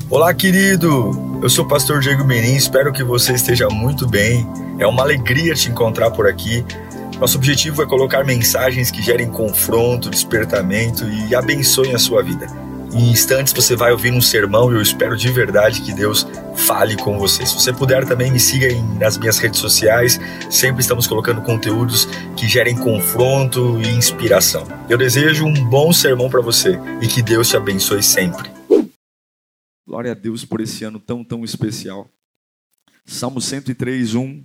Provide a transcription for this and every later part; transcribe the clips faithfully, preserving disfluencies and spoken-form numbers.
Olá, querido! Eu sou o pastor Diego Menin, espero que você esteja muito bem. É uma alegria te encontrar por aqui. Nosso objetivo é colocar mensagens que gerem confronto, despertamento e abençoem a sua vida. Em instantes você vai ouvir um sermão e eu espero de verdade que Deus fale com você. Se você puder também me siga em, nas minhas redes sociais, sempre estamos colocando conteúdos que gerem confronto e inspiração. Eu desejo um bom sermão para você e que Deus te abençoe sempre. Glória a Deus por esse ano tão, tão especial. Salmo cento e três, um.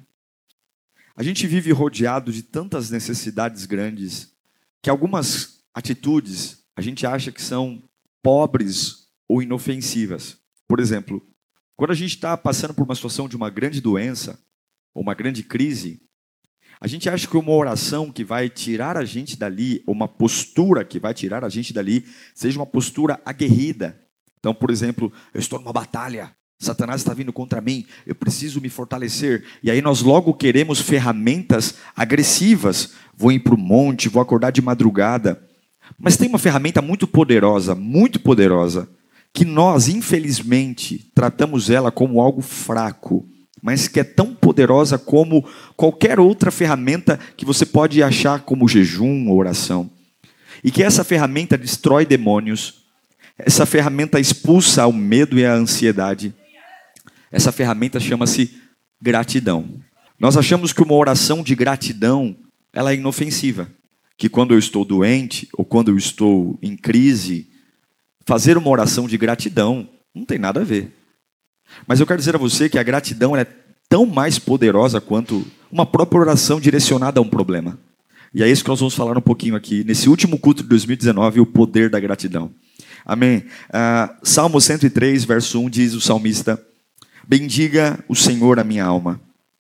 A gente vive rodeado de tantas necessidades grandes que algumas atitudes a gente acha que são pobres ou inofensivas. Por exemplo, quando a gente está passando por uma situação de uma grande doença ou uma grande crise, a gente acha que uma oração que vai tirar a gente dali, ou uma postura que vai tirar a gente dali, seja uma postura aguerrida. Então, por exemplo, eu estou numa batalha, Satanás está vindo contra mim, eu preciso me fortalecer. E aí nós logo queremos ferramentas agressivas. Vou ir para o monte, vou acordar de madrugada. Mas tem uma ferramenta muito poderosa, muito poderosa, que nós, infelizmente, tratamos ela como algo fraco, mas que é tão poderosa como qualquer outra ferramenta que você pode achar como jejum ou oração. E que essa ferramenta destrói demônios. Essa ferramenta expulsa o medo e a ansiedade. Essa ferramenta chama-se gratidão. Nós achamos que uma oração de gratidão ela é inofensiva. Que quando eu estou doente ou quando eu estou em crise, fazer uma oração de gratidão não tem nada a ver. Mas eu quero dizer a você que a gratidão é tão mais poderosa quanto uma própria oração direcionada a um problema. E é isso que nós vamos falar um pouquinho aqui, nesse último culto de dois mil e dezenove, o poder da gratidão. Amém. Uh, Salmo cento e três, verso um, diz o salmista: bendiga o Senhor a minha alma.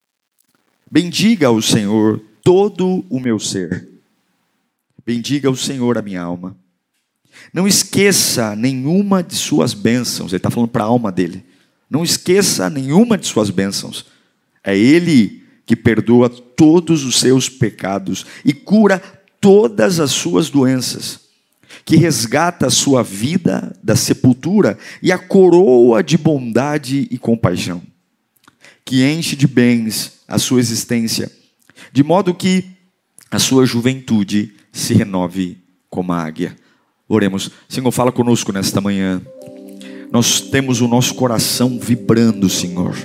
Bendiga o Senhor todo o meu ser. Bendiga o Senhor a minha alma. Não esqueça nenhuma de suas bênçãos. Ele está falando para a alma dele. Não esqueça nenhuma de suas bênçãos. É Ele que perdoa todos os seus pecados e cura todas as suas doenças, que resgata a sua vida da sepultura e a coroa de bondade e compaixão, que enche de bens a sua existência, de modo que a sua juventude se renove como a águia. Oremos. Senhor, fala conosco nesta manhã. Nós temos o nosso coração vibrando, Senhor.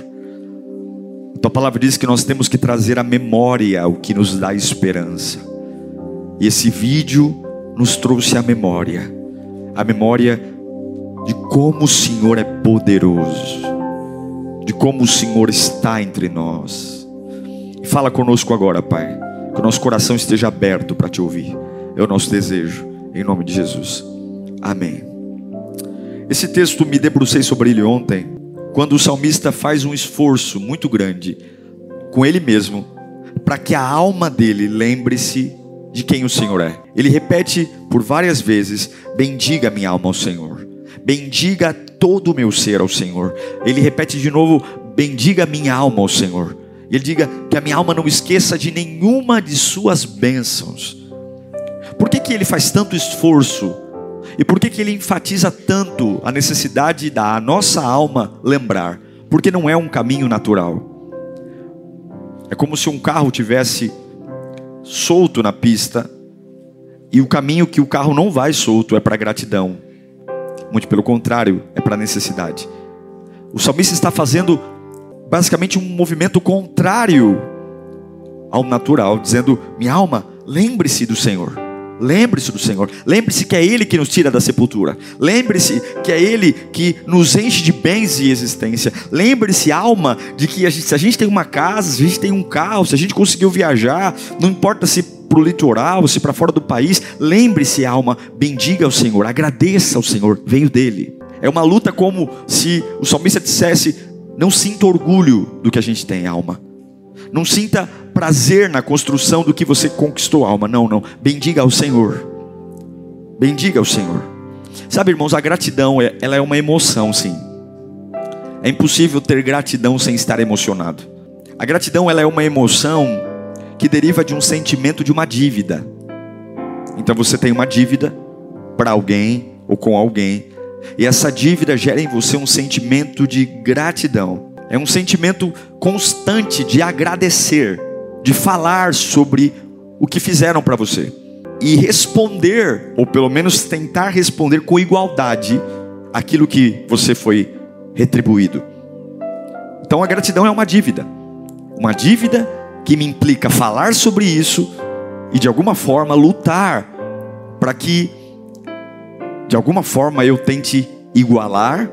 A tua palavra diz que nós temos que trazer à memória o que nos dá esperança. E esse vídeo nos trouxe à memória, a memória de como o Senhor é poderoso, de como o Senhor está entre nós. Fala conosco agora, Pai, que o nosso coração esteja aberto para te ouvir. É o nosso desejo, em nome de Jesus. Amém. Esse texto me debrucei sobre ele ontem, quando o salmista faz um esforço muito grande com ele mesmo, para que a alma dele lembre-se de quem o Senhor é. Ele repete por várias vezes: bendiga minha alma ao Senhor, bendiga todo o meu ser ao Senhor. Ele repete de novo: bendiga minha alma ao Senhor. E ele diga que a minha alma não esqueça de nenhuma de suas bênçãos. Por que que ele faz tanto esforço? E por que que ele enfatiza tanto a necessidade da nossa alma lembrar? Porque não é um caminho natural. É como se um carro tivesse solto na pista e o caminho que o carro não vai solto é para gratidão. Muito pelo contrário, é para necessidade. O salmista está fazendo basicamente um movimento contrário ao natural, dizendo: minha alma, lembre-se do Senhor. Lembre-se do Senhor. Lembre-se que é Ele que nos tira da sepultura. Lembre-se que é Ele que nos enche de bens e existência. Lembre-se, alma, de que a gente, se a gente tem uma casa, se a gente tem um carro, se a gente conseguiu viajar, não importa se para o litoral, se para fora do país, lembre-se, alma, bendiga ao Senhor, agradeça ao Senhor, veio dele. É uma luta como se o salmista dissesse: não sinta orgulho do que a gente tem, alma. Não sinta prazer na construção do que você conquistou, alma. Não, não. Bendiga ao Senhor. Bendiga ao Senhor. Sabe, irmãos, a gratidão, ela é uma emoção, sim. É impossível ter gratidão sem estar emocionado. A gratidão, ela é uma emoção que deriva de um sentimento de uma dívida. Então você tem uma dívida para alguém ou com alguém. E essa dívida gera em você um sentimento de gratidão. É um sentimento constante de agradecer, de falar sobre o que fizeram para você. E responder, ou pelo menos tentar responder com igualdade aquilo que você foi retribuído. Então a gratidão é uma dívida. Uma dívida que me implica falar sobre isso e de alguma forma lutar para que de alguma forma eu tente igualar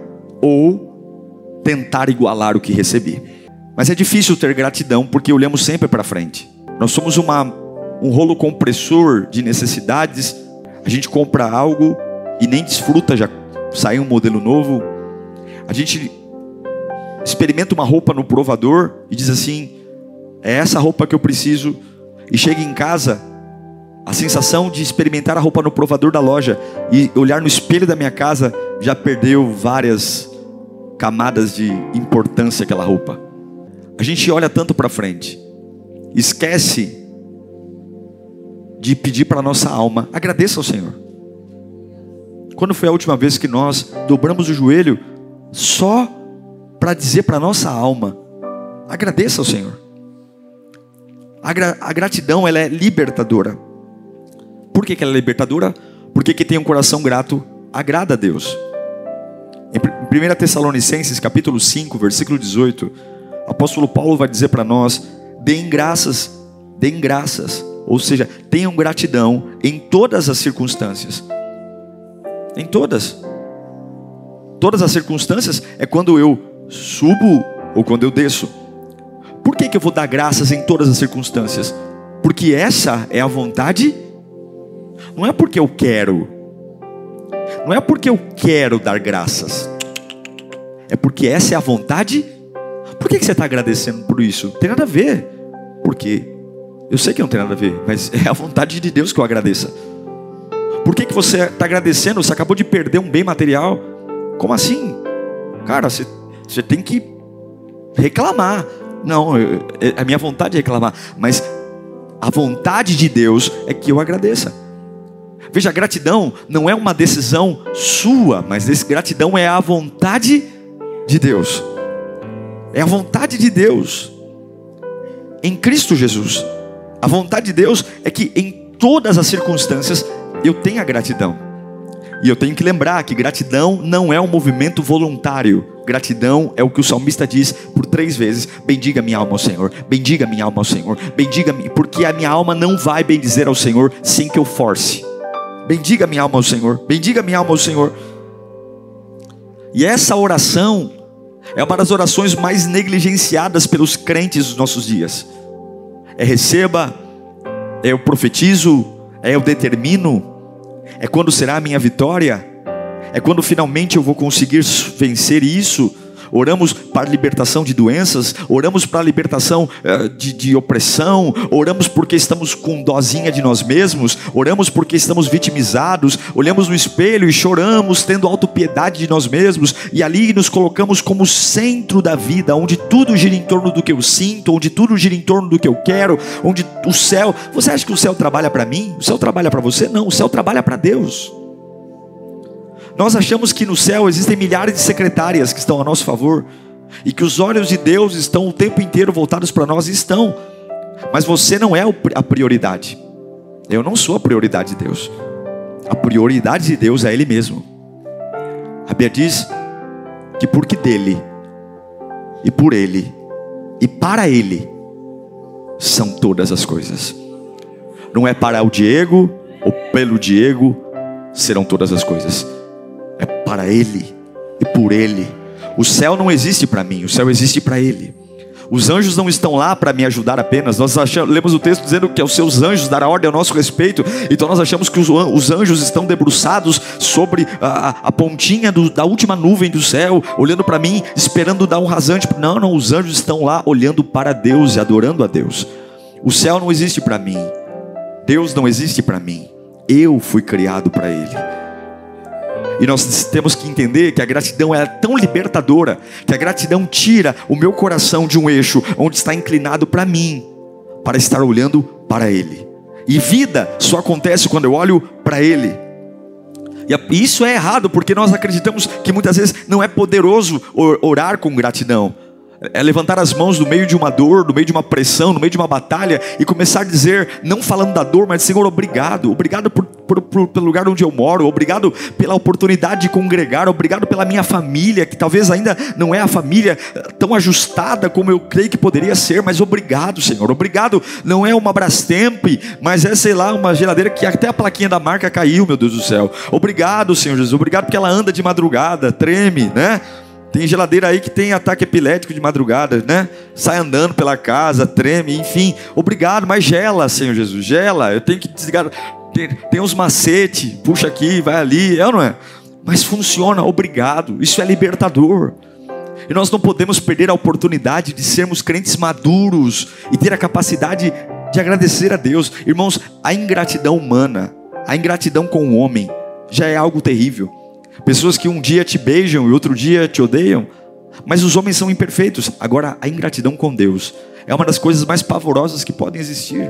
ou tentar igualar o que recebi. Mas é difícil ter gratidão porque olhamos sempre para frente. Nós somos uma, um rolo compressor de necessidades. A gente compra algo e nem desfruta, já sai um modelo novo. A gente experimenta uma roupa no provador e diz assim: é essa roupa que eu preciso. E chega em casa, a sensação de experimentar a roupa no provador da loja e olhar no espelho da minha casa já perdeu várias camadas de importância aquela roupa. A gente olha tanto para frente, esquece de pedir para a nossa alma: agradeça ao Senhor. Quando foi a última vez que nós dobramos o joelho só para dizer para a nossa alma: agradeça ao Senhor? A, gra- a gratidão, ela é libertadora. Por que que ela é libertadora? Porque quem tem um coração grato agrada a Deus. Em primeira Tessalonicenses capítulo cinco, versículo dezoito, o apóstolo Paulo vai dizer para nós: deem graças, deem graças, ou seja, tenham gratidão em todas as circunstâncias. Em todas. Todas as circunstâncias é quando eu subo ou quando eu desço. Por que que eu vou dar graças em todas as circunstâncias? Porque essa é a vontade. Não é porque eu quero. Não é porque eu quero dar graças. É porque essa é a vontade. Por que que você está agradecendo por isso? Não tem nada a ver. Porque eu sei que não tem nada a ver, mas é a vontade de Deus que eu agradeça. Por que que você está agradecendo? Você acabou de perder um bem material. Como assim? Cara, você, você tem que reclamar. Não, eu, a minha vontade é reclamar, mas a vontade de Deus é que eu agradeça. Veja, a gratidão não é uma decisão sua, mas essa gratidão é a vontade de Deus. É a vontade de Deus em Cristo Jesus. A vontade de Deus é que em todas as circunstâncias eu tenha gratidão. E eu tenho que lembrar que gratidão não é um movimento voluntário. Gratidão é o que o salmista diz por três vezes: bendiga minha alma ao Senhor, bendiga minha alma ao Senhor, bendiga-me, porque a minha alma não vai bendizer ao Senhor sem que eu force. Bendiga minha alma ao Senhor, bendiga minha alma ao Senhor. E essa oração é uma das orações mais negligenciadas pelos crentes dos nossos dias. É receba, é eu profetizo, é eu determino, é quando será a minha vitória, é quando finalmente eu vou conseguir vencer isso. Oramos para a libertação de doenças, oramos para a libertação uh, de, de opressão, oramos porque estamos com dozinha de nós mesmos, oramos porque estamos vitimizados, olhamos no espelho e choramos tendo autopiedade de nós mesmos, e ali nos colocamos como centro da vida, onde tudo gira em torno do que eu sinto, onde tudo gira em torno do que eu quero, onde o céu... Você acha que o céu trabalha para mim? O céu trabalha para você? Não, o céu trabalha para Deus. Nós achamos que no céu existem milhares de secretárias que estão a nosso favor, e que os olhos de Deus estão o tempo inteiro voltados para nós. E estão, mas você não é a prioridade. Eu não sou a prioridade de Deus. A prioridade de Deus é Ele mesmo. A Bíblia diz que porque dele, e por Ele, e para Ele são todas as coisas. Não é para o Diego, ou pelo Diego serão todas as coisas. É para Ele e por Ele. O céu não existe para mim, o céu existe para Ele. Os anjos não estão lá para me ajudar apenas. Nós achamos, lemos o texto dizendo que aos seus anjos dará ordem ao nosso respeito. Então nós achamos que os, os anjos estão debruçados sobre a, a pontinha do, da última nuvem do céu, olhando para mim, esperando dar um rasante. Não, não, os anjos estão lá olhando para Deus e adorando a Deus. O céu não existe para mim, Deus não existe para mim, eu fui criado para Ele. E nós temos que entender que a gratidão é tão libertadora, que a gratidão tira o meu coração de um eixo onde está inclinado para mim, para estar olhando para Ele. E vida só acontece quando eu olho para Ele. E isso é errado, porque nós acreditamos que muitas vezes não é poderoso orar com gratidão. É levantar as mãos no meio de uma dor, no meio de uma pressão, no meio de uma batalha, e começar a dizer, não falando da dor, mas Senhor, obrigado. Obrigado por, por, por, pelo lugar onde eu moro. Obrigado pela oportunidade de congregar. Obrigado pela minha família, que talvez ainda não é a família tão ajustada como eu creio que poderia ser. Mas obrigado, Senhor. Obrigado, não é uma Brastemp, mas é, sei lá, uma geladeira que até a plaquinha da marca caiu, meu Deus do céu. Obrigado, Senhor Jesus. Obrigado porque ela anda de madrugada, treme, né? Tem geladeira aí que tem ataque epilético de madrugada, né? Sai andando pela casa, treme, enfim. Obrigado, mas gela, Senhor Jesus, gela. Eu tenho que desligar. Tem, tem uns macetes, puxa aqui, vai ali, é ou não é? Mas funciona, obrigado. Isso é libertador. E nós não podemos perder a oportunidade de sermos crentes maduros e ter a capacidade de agradecer a Deus. Irmãos, a ingratidão humana, a ingratidão com o homem, já é algo terrível. Pessoas que um dia te beijam e outro dia te odeiam. Mas os homens são imperfeitos. Agora, a ingratidão com Deus é uma das coisas mais pavorosas que podem existir.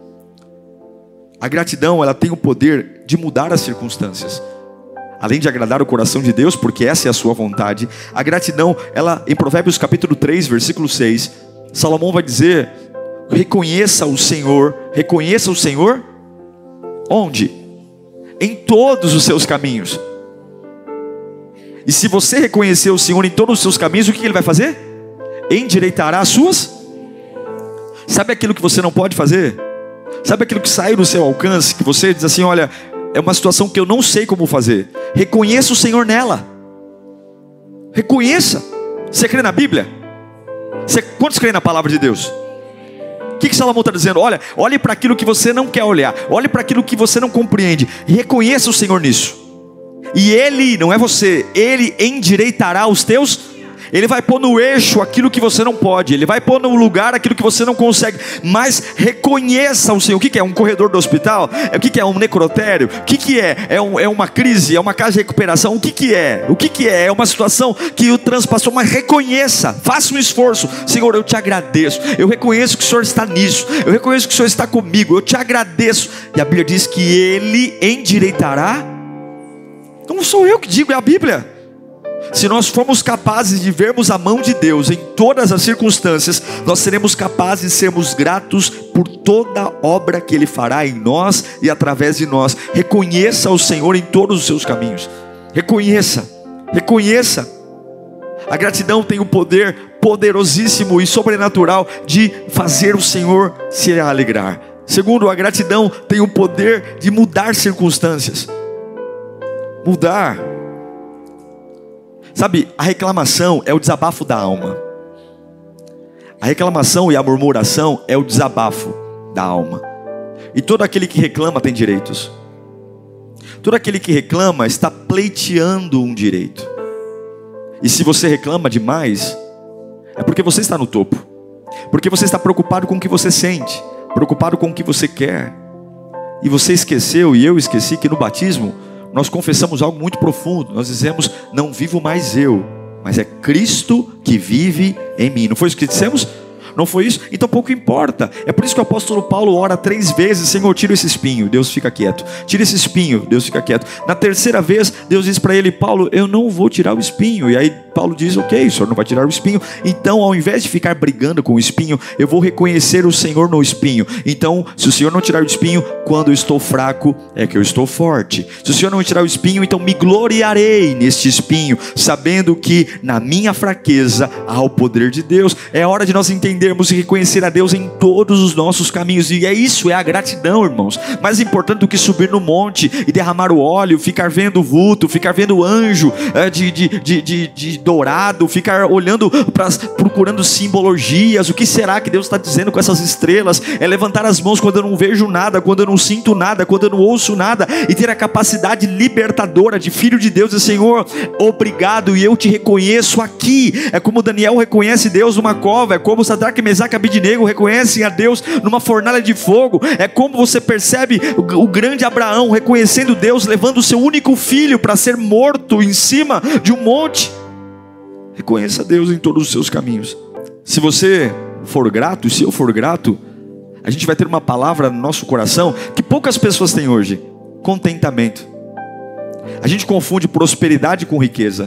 A gratidão, ela tem o poder de mudar as circunstâncias. Além de agradar o coração de Deus, porque essa é a sua vontade. A gratidão, ela, em Provérbios capítulo três, versículo seis, Salomão vai dizer, reconheça o Senhor. Reconheça o Senhor onde? Em todos os seus caminhos. E se você reconhecer o Senhor em todos os seus caminhos, o que Ele vai fazer? Endireitará as suas. Sabe aquilo que você não pode fazer? Sabe aquilo que sai do seu alcance, que você diz assim, olha, é uma situação que eu não sei como fazer. Reconheça o Senhor nela. Reconheça. Você crê na Bíblia? Você, quantos creem na palavra de Deus? O que, que Salomão está dizendo? Olha, olhe para aquilo que você não quer olhar. Olhe para aquilo que você não compreende. Reconheça o Senhor nisso. E Ele, não é você, Ele endireitará os teus. Ele vai pôr no eixo aquilo que você não pode. Ele vai pôr no lugar aquilo que você não consegue. Mas reconheça o Senhor. O que, que é? Um corredor do hospital? O que, que é? Um necrotério? O que, que é? É, um, é uma crise? É uma casa de recuperação? O que, que é? O que, que é? É uma situação que o transpassou. Mas reconheça, faça um esforço. Senhor, eu te agradeço. Eu reconheço que o Senhor está nisso. Eu reconheço que o Senhor está comigo. Eu te agradeço. E a Bíblia diz que Ele endireitará. Não sou eu que digo, é a Bíblia. Se nós formos capazes de vermos a mão de Deus em todas as circunstâncias, nós seremos capazes de sermos gratos por toda a obra que Ele fará em nós e através de nós. Reconheça o Senhor em todos os seus caminhos. Reconheça, reconheça. A gratidão tem o poder poderosíssimo e sobrenatural de fazer o Senhor se alegrar. Segundo, a gratidão tem o poder de mudar circunstâncias. Mudar. Sabe, a reclamação é o desabafo da alma. A reclamação e a murmuração é o desabafo da alma. E todo aquele que reclama tem direitos. Todo aquele que reclama está pleiteando um direito. E se você reclama demais, é porque você está no topo. Porque você está preocupado com o que você sente, preocupado com o que você quer. E você esqueceu, e eu esqueci, que no batismo nós confessamos algo muito profundo. Nós dizemos, não vivo mais eu, mas é Cristo que vive em mim. Não foi isso que dissemos? Não foi isso? Então pouco importa. É por isso que o apóstolo Paulo ora três vezes: Senhor, tira esse espinho. Deus fica quieto. Tira esse espinho. Deus fica quieto. Na terceira vez, Deus diz para ele: Paulo, eu não vou tirar o espinho. E aí Paulo diz: ok, o Senhor não vai tirar o espinho. Então, ao invés de ficar brigando com o espinho, eu vou reconhecer o Senhor no espinho. Então, se o Senhor não tirar o espinho, quando eu estou fraco, é que eu estou forte. Se o Senhor não tirar o espinho, então me gloriarei neste espinho, sabendo que na minha fraqueza há o poder de Deus. É hora de nós entendermos e reconhecer a Deus em todos os nossos caminhos. E é isso, é a gratidão, irmãos. Mais importante do que subir no monte e derramar o óleo, ficar vendo o vulto, ficar vendo o anjo é, de, de, de, de, de dourado, ficar olhando, pra, procurando simbologias. O que será que Deus está dizendo com essas estrelas? É levantar as mãos quando eu não vejo nada, quando eu não sinto nada, quando eu não ouço nada, e ter a capacidade libertadora de filho de Deus. E Senhor, obrigado, e eu te reconheço aqui. É como Daniel reconhece Deus numa cova, é como Sadraque, Mesaque e Abednego reconhecem a Deus numa fornalha de fogo. É como você percebe o, o grande Abraão reconhecendo Deus, levando o seu único filho para ser morto em cima de um monte. Reconheça Deus em todos os seus caminhos. Se você for grato, e se eu for grato, a gente vai ter uma palavra no nosso coração que poucas pessoas têm hoje: contentamento. A gente confunde prosperidade com riqueza.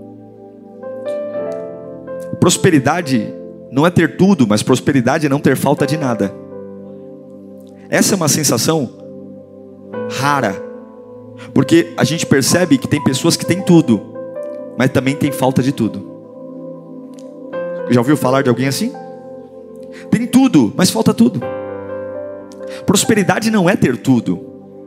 Prosperidade não é ter tudo, mas prosperidade é não ter falta de nada. Essa é uma sensação rara, porque a gente percebe que tem pessoas que têm tudo, mas também tem falta de tudo. Já ouviu falar de alguém assim? Tem tudo, mas falta tudo. Prosperidade não é ter tudo,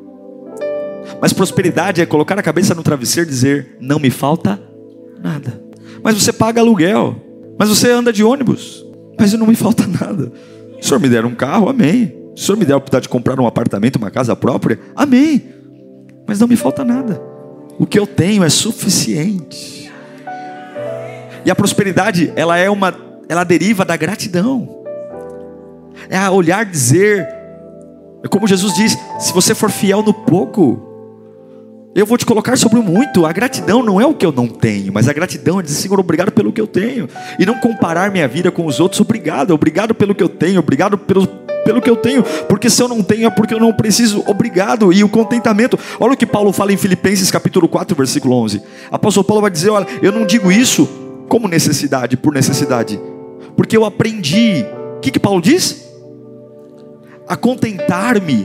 mas prosperidade é colocar a cabeça no travesseiro e dizer: não me falta nada. Mas você paga aluguel, mas você anda de ônibus, mas não me falta nada. Se o Senhor me der um carro, amém. Se o Senhor me der a oportunidade de comprar um apartamento, uma casa própria, amém. Mas não me falta nada. O que eu tenho é suficiente. E a prosperidade, ela é uma, ela deriva da gratidão. É a olhar dizer, é como Jesus diz: se você for fiel no pouco, eu vou te colocar sobre o muito. A gratidão não é o que eu não tenho, mas a gratidão é dizer: Senhor, obrigado pelo que eu tenho. E não comparar minha vida com os outros. Obrigado, obrigado pelo que eu tenho. Obrigado pelo, pelo que eu tenho. Porque se eu não tenho é porque eu não preciso. Obrigado. E o contentamento. Olha o que Paulo fala em Filipenses capítulo quatro, versículo onze. Apóstolo Paulo vai dizer: olha, eu não digo isso como necessidade, por necessidade, porque eu aprendi. O que que Paulo diz? A contentar-me,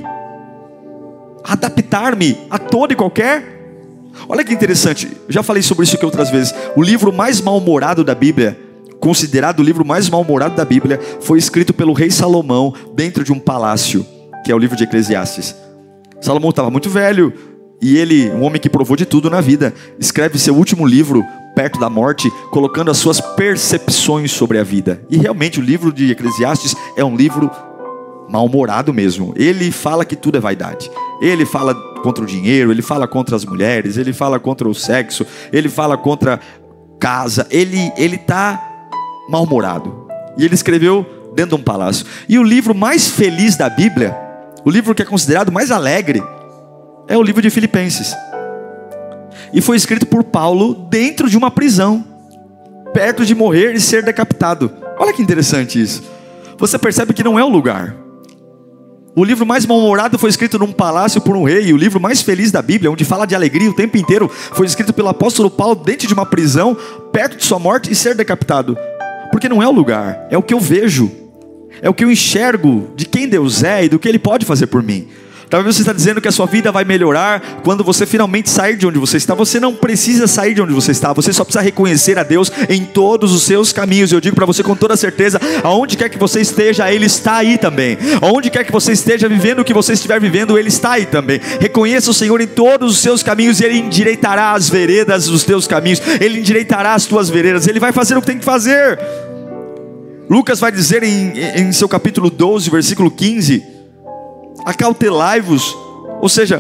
adaptar-me a toda e qualquer. Olha que interessante, já falei sobre isso aqui outras vezes. O livro mais mal-humorado da Bíblia, considerado o livro mais mal-humorado da Bíblia, foi escrito pelo rei Salomão dentro de um palácio, que é o livro de Eclesiastes. Salomão estava muito velho, e ele, um homem que provou de tudo na vida, escreve seu último livro perto da morte, colocando as suas percepções sobre a vida. E realmente o livro de Eclesiastes é um livro mal-humorado mesmo. Ele fala que tudo é vaidade. Ele fala contra o dinheiro, ele fala contra as mulheres, ele fala contra o sexo, ele fala contra casa. Ele ele tá mal-humorado. E ele escreveu dentro de um palácio. E o livro mais feliz da Bíblia, o livro que é considerado mais alegre, é o livro de Filipenses. E foi escrito por Paulo dentro de uma prisão, perto de morrer e ser decapitado. Olha que interessante isso. Você percebe que não é o lugar. O livro mais mal-humorado foi escrito num palácio por um rei. E o livro mais feliz da Bíblia, onde fala de alegria o tempo inteiro, foi escrito pelo apóstolo Paulo dentro de uma prisão, perto de sua morte e ser decapitado. Porque não é o lugar, é o que eu vejo, é o que eu enxergo de quem Deus é e do que Ele pode fazer por mim. Talvez você está dizendo que a sua vida vai melhorar quando você finalmente sair de onde você está. Você não precisa sair de onde você está. Você só precisa reconhecer a Deus em todos os seus caminhos. Eu digo para você com toda certeza: aonde quer que você esteja, Ele está aí também. Aonde quer que você esteja vivendo o que você estiver vivendo, Ele está aí também. Reconheça o Senhor em todos os seus caminhos e Ele endireitará as veredas dos teus caminhos. Ele endireitará as tuas veredas. Ele vai fazer o que tem que fazer. Lucas vai dizer em, em seu capítulo doze, versículo quinze: acautelai-vos, ou seja,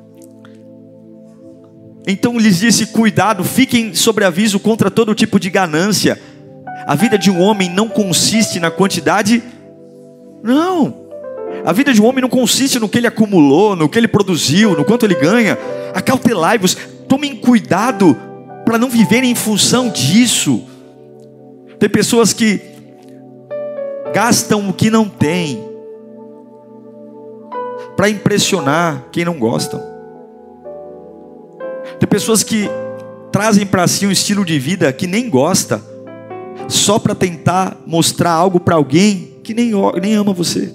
então lhes disse: cuidado, fiquem sobre aviso contra todo tipo de ganância. A vida de um homem não consiste na quantidade, não. A vida de um homem não consiste no que ele acumulou, no que ele produziu, no quanto ele ganha. Acautelai-vos, tomem cuidado para não viverem em função disso. Tem pessoas que gastam o que não tem para impressionar quem não gosta. Tem pessoas que trazem para si um estilo de vida que nem gosta, só para tentar mostrar algo para alguém que nem, nem ama você.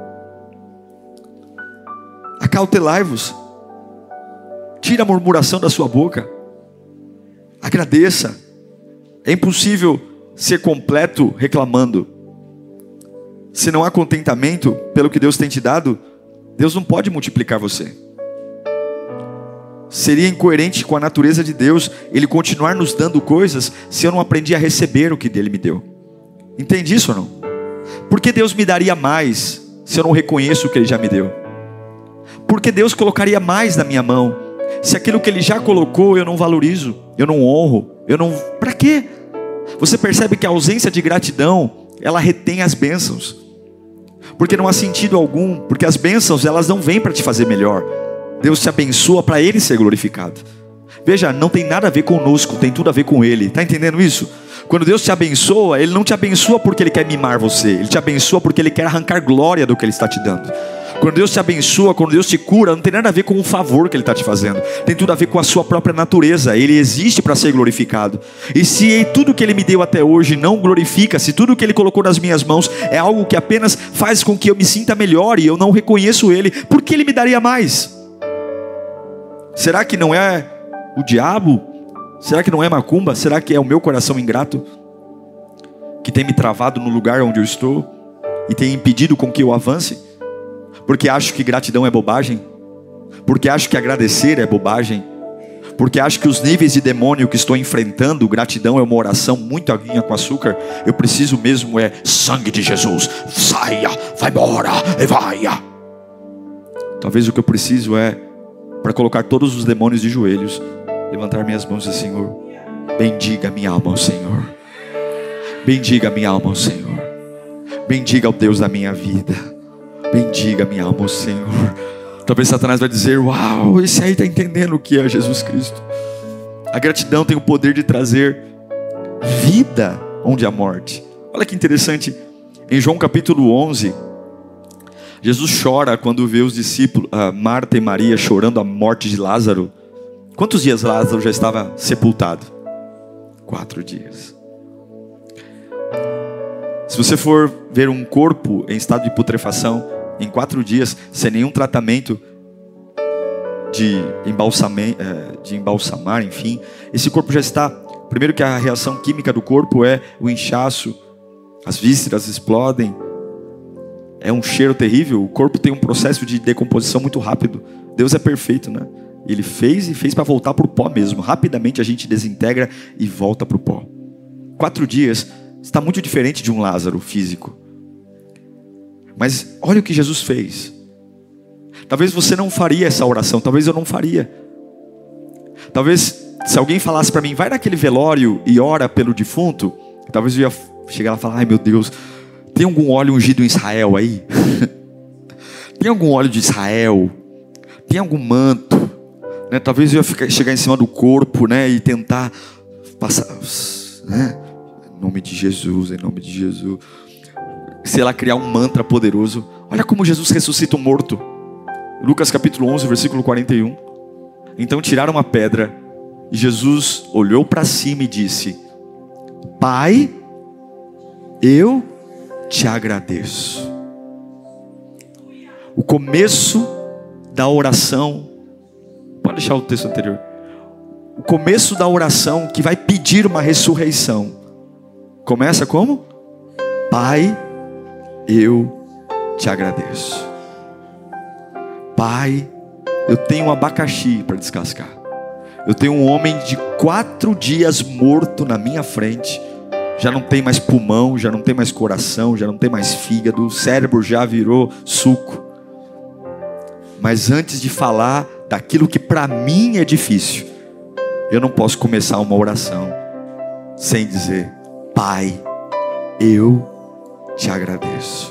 Acautelai-vos. Tira a murmuração da sua boca. Agradeça. É impossível ser completo reclamando. Se não há contentamento pelo que Deus tem te dado, Deus não pode multiplicar você. Seria incoerente com a natureza de Deus Ele continuar nos dando coisas se eu não aprendi a receber o que dele me deu. Entende isso ou não? Por que Deus me daria mais se eu não reconheço o que Ele já me deu? Por que Deus colocaria mais na minha mão se aquilo que Ele já colocou eu não valorizo, eu não honro, eu não... Para quê? Você percebe que a ausência de gratidão, ela retém as bênçãos. Porque não há sentido algum, porque as bênçãos elas não vêm para te fazer melhor. Deus te abençoa para Ele ser glorificado. Veja, não tem nada a ver conosco, tem tudo a ver com Ele. Está entendendo isso? Quando Deus te abençoa, Ele não te abençoa porque Ele quer mimar você. Ele te abençoa porque Ele quer arrancar glória do que Ele está te dando. Quando Deus te abençoa, quando Deus te cura, não tem nada a ver com o favor que Ele está te fazendo. Tem tudo a ver com a sua própria natureza. Ele existe para ser glorificado. E se tudo que Ele me deu até hoje não glorifica, se tudo que Ele colocou nas minhas mãos é algo que apenas faz com que eu me sinta melhor e eu não reconheço Ele, por que Ele me daria mais? Será que não é o diabo? Será que não é macumba? Será que é o meu coração ingrato que tem me travado no lugar onde eu estou e tem impedido com que eu avance? Porque acho que gratidão é bobagem? Porque acho que agradecer é bobagem? Porque acho que os níveis de demônio que estou enfrentando, gratidão é uma oração muito aguinha com açúcar? Eu preciso mesmo é sangue de Jesus, saia, vai embora e vai. Talvez o que eu preciso é, para colocar todos os demônios de joelhos, levantar minhas mãos e dizer: Senhor, bendiga minha alma ao Senhor, bendiga minha alma ao Senhor, bendiga ao Deus da minha vida, bendiga minha alma ao Senhor. Talvez Satanás vai dizer: uau, esse aí está entendendo o que é Jesus Cristo. A gratidão tem o poder de trazer vida onde há morte. Olha que interessante, em João capítulo onze, Jesus chora quando vê os discípulos, Marta e Maria, chorando a morte de Lázaro. Quantos dias Lázaro já estava sepultado? Quatro dias. Se você for ver um corpo em estado de putrefação, em quatro dias, sem nenhum tratamento de, de embalsamar, enfim, esse corpo já está... Primeiro que a reação química do corpo é o inchaço, as vísceras explodem, é um cheiro terrível. O corpo tem um processo de decomposição muito rápido. Deus é perfeito, né? Ele fez e fez para voltar para o pó mesmo. Rapidamente a gente desintegra e volta para o pó. Quatro dias está muito diferente de um Lázaro físico. Mas olha o que Jesus fez. Talvez você não faria essa oração. Talvez eu não faria. Talvez se alguém falasse para mim: vai naquele velório e ora pelo defunto. Talvez eu ia chegar lá e falar: ai meu Deus, tem algum óleo ungido em Israel aí? Tem algum óleo de Israel? Tem algum manto? Né? Talvez eu ia ficar, chegar em cima do corpo, né? E tentar passar, né? Em nome de Jesus, em nome de Jesus. Sei lá, criar um mantra poderoso. Olha como Jesus ressuscita um morto. Lucas capítulo onze, versículo quarenta e um. Então tiraram uma pedra e Jesus olhou para cima e disse: Pai, eu te agradeço. O começo da oração, pode deixar o texto anterior. O começo da oração que vai pedir uma ressurreição começa como? Pai, eu te agradeço. Pai, eu tenho um abacaxi para descascar. Eu tenho um homem de quatro dias morto na minha frente. Já não tem mais pulmão, já não tem mais coração, já não tem mais fígado, o cérebro já virou suco. Mas antes de falar daquilo que para mim é difícil, eu não posso começar uma oração sem dizer: Pai, eu te agradeço.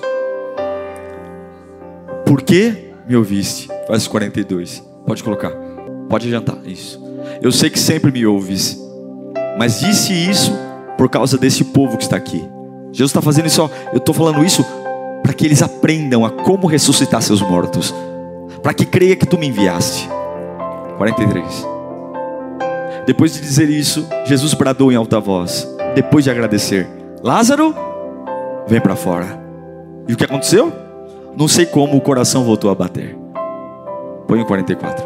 Por que me ouviste? Verso quarenta e dois. Pode colocar. Pode adiantar. Isso. Eu sei que sempre me ouves, mas disse isso por causa desse povo que está aqui. Jesus está fazendo isso, ó, eu estou falando isso para que eles aprendam a como ressuscitar seus mortos, para que creia que tu me enviaste. quarenta e três. Depois de dizer isso, Jesus bradou em alta voz, depois de agradecer: Lázaro, vem para fora. E o que aconteceu? Não sei como o coração voltou a bater. Põe o quarenta e quatro.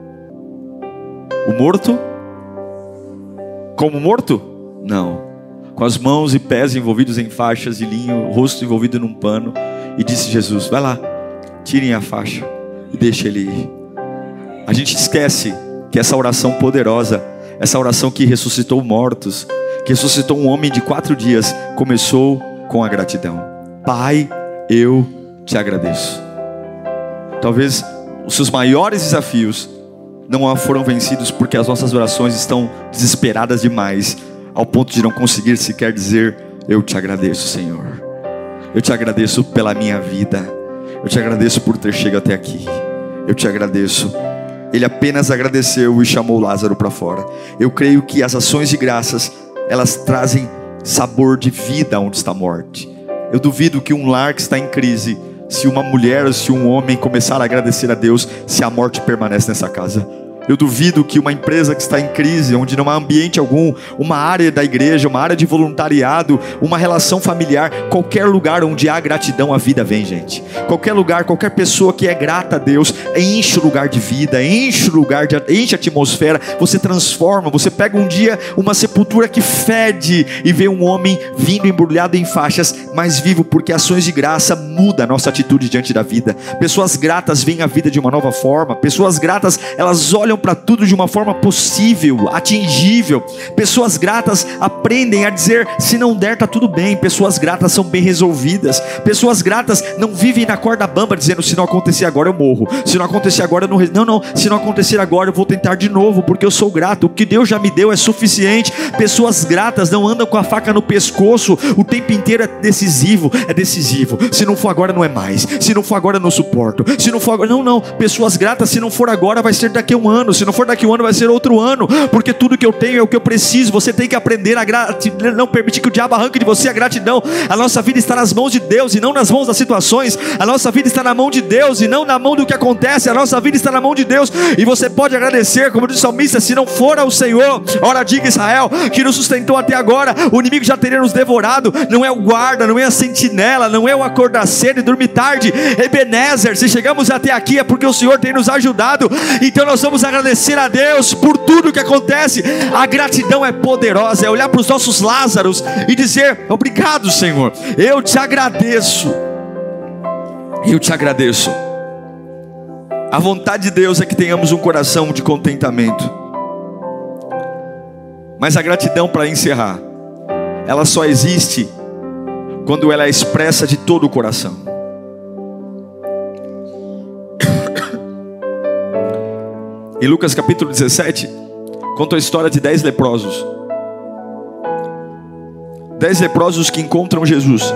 O morto, como morto? Não. Com as mãos e pés envolvidos em faixas de linho, o rosto envolvido num pano. E disse Jesus: vai lá, tirem a faixa e deixe ele ir. A gente esquece que essa oração poderosa, essa oração que ressuscitou mortos, que ressuscitou um homem de quatro dias, começou com a gratidão. Pai, eu te agradeço. Talvez os seus maiores desafios não foram vencidos porque as nossas orações estão desesperadas demais, ao ponto de não conseguir sequer dizer: eu te agradeço, Senhor. Eu te agradeço pela minha vida. Eu te agradeço por ter chegado até aqui. Eu te agradeço. Ele apenas agradeceu e chamou Lázaro para fora. Eu creio que as ações de graças, elas trazem sabor de vida onde está a morte. Eu duvido que um lar que está em crise se uma mulher, se um homem começar a agradecer a Deus, se a morte permanece nessa casa. Eu duvido que uma empresa que está em crise, onde não há ambiente algum, uma área da igreja, uma área de voluntariado, uma relação familiar, qualquer lugar onde há gratidão, a vida vem, gente. Qualquer lugar, qualquer pessoa que é grata a Deus, enche o lugar de vida, enche o lugar, de, enche a atmosfera, você transforma. Você pega um dia uma sepultura que fede e vê um homem vindo embrulhado em faixas, mas vivo, porque ações de graça mudam a nossa atitude diante da vida. Pessoas gratas veem a vida de uma nova forma. Pessoas gratas, elas olham para tudo de uma forma possível, atingível. Pessoas gratas aprendem a dizer: se não der, está tudo bem. Pessoas gratas são bem resolvidas. Pessoas gratas não vivem na corda bamba dizendo: se não acontecer agora eu morro, se não acontecer agora eu não... Não, não, se não acontecer agora eu vou tentar de novo, porque eu sou grato, o que Deus já me deu é suficiente. Pessoas gratas não andam com a faca no pescoço o tempo inteiro. É decisivo, é decisivo. Se não for agora não é mais, se não for agora eu não suporto, se não for agora, não, não. Pessoas gratas, se não for agora vai ser daqui a um ano, se não for daqui a um ano vai ser outro ano, porque tudo que eu tenho é o que eu preciso. Você tem que aprender a gratidão, não permitir que o diabo arranque de você a gratidão. A nossa vida está nas mãos de Deus e não nas mãos das situações. A nossa vida está na mão de Deus e não na mão do que acontece. A nossa vida está na mão de Deus, e você pode agradecer, como diz o salmista: se não for ao Senhor, ora diga Israel, que nos sustentou até agora, o inimigo já teria nos devorado. Não é o guarda, não é a sentinela, não é o acordar cedo e dormir tarde. Ebenezer, se chegamos até aqui é porque o Senhor tem nos ajudado. Então nós vamos agradecer a Deus por tudo que acontece. A gratidão é poderosa, é olhar para os nossos Lázaros e dizer: obrigado, Senhor, eu te agradeço, eu te agradeço. A vontade de Deus é que tenhamos um coração de contentamento. Mas a gratidão, para encerrar, ela só existe quando ela é expressa de todo o coração. Em Lucas capítulo dezessete, conta a história de dez leprosos. Dez leprosos que encontram Jesus,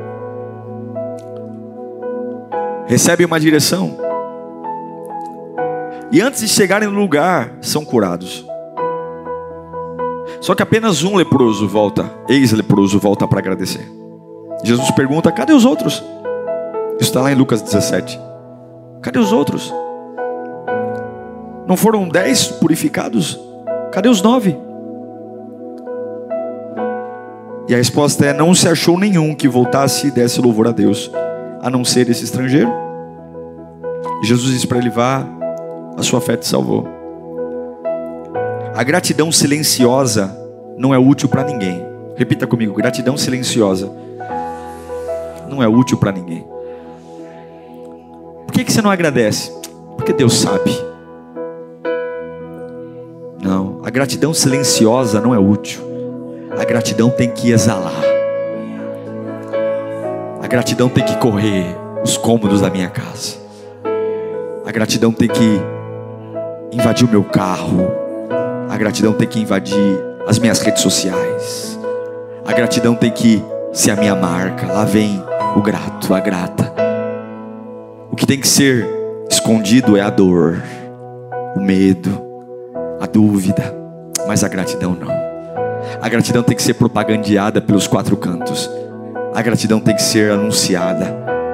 recebem uma direção, e antes de chegarem no lugar, são curados. Só que apenas um leproso volta, ex-leproso volta para agradecer. Jesus pergunta: cadê os outros? Isso está lá em Lucas dezessete. Cadê os outros? Não foram dez purificados? Cadê os nove? E a resposta é: não se achou nenhum que voltasse e desse louvor a Deus, a não ser esse estrangeiro. E Jesus disse para ele: vá, a sua fé te salvou. A gratidão silenciosa não é útil para ninguém. Repita comigo: gratidão silenciosa não é útil para ninguém. Por que que você não agradece? Porque Deus sabe. Não, a gratidão silenciosa não é útil. A gratidão tem que exalar. A gratidão tem que correr os cômodos da minha casa. A gratidão tem que invadir o meu carro. A gratidão tem que invadir as minhas redes sociais. A gratidão tem que ser a minha marca. Lá vem o grato, a grata. O que tem que ser escondido é a dor, o medo, a dúvida. Mas a gratidão não. A gratidão tem que ser propagandeada pelos quatro cantos. A gratidão tem que ser anunciada.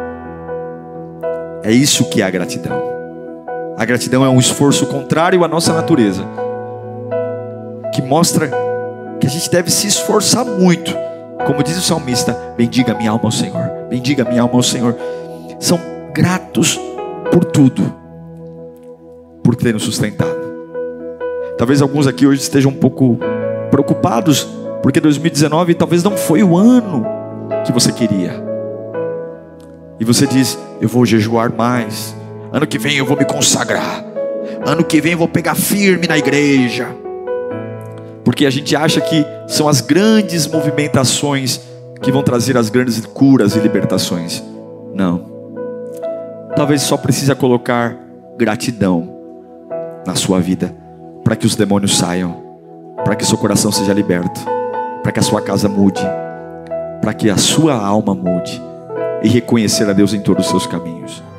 É isso que é a gratidão. A gratidão é um esforço contrário à nossa natureza, que mostra que a gente deve se esforçar muito. Como diz o salmista: bendiga minha alma ao Senhor, bendiga minha alma ao Senhor. São gratos por tudo, por ter nos sustentado. Talvez alguns aqui hoje estejam um pouco preocupados, porque dois mil e dezenove talvez não foi o ano que você queria. E você diz: eu vou jejuar mais, ano que vem eu vou me consagrar, ano que vem eu vou pegar firme na igreja. Porque a gente acha que são as grandes movimentações que vão trazer as grandes curas e libertações. Não. Talvez só precisa colocar gratidão na sua vida, para que os demônios saiam, para que seu coração seja liberto, para que a sua casa mude, para que a sua alma mude, e reconhecer a Deus em todos os seus caminhos.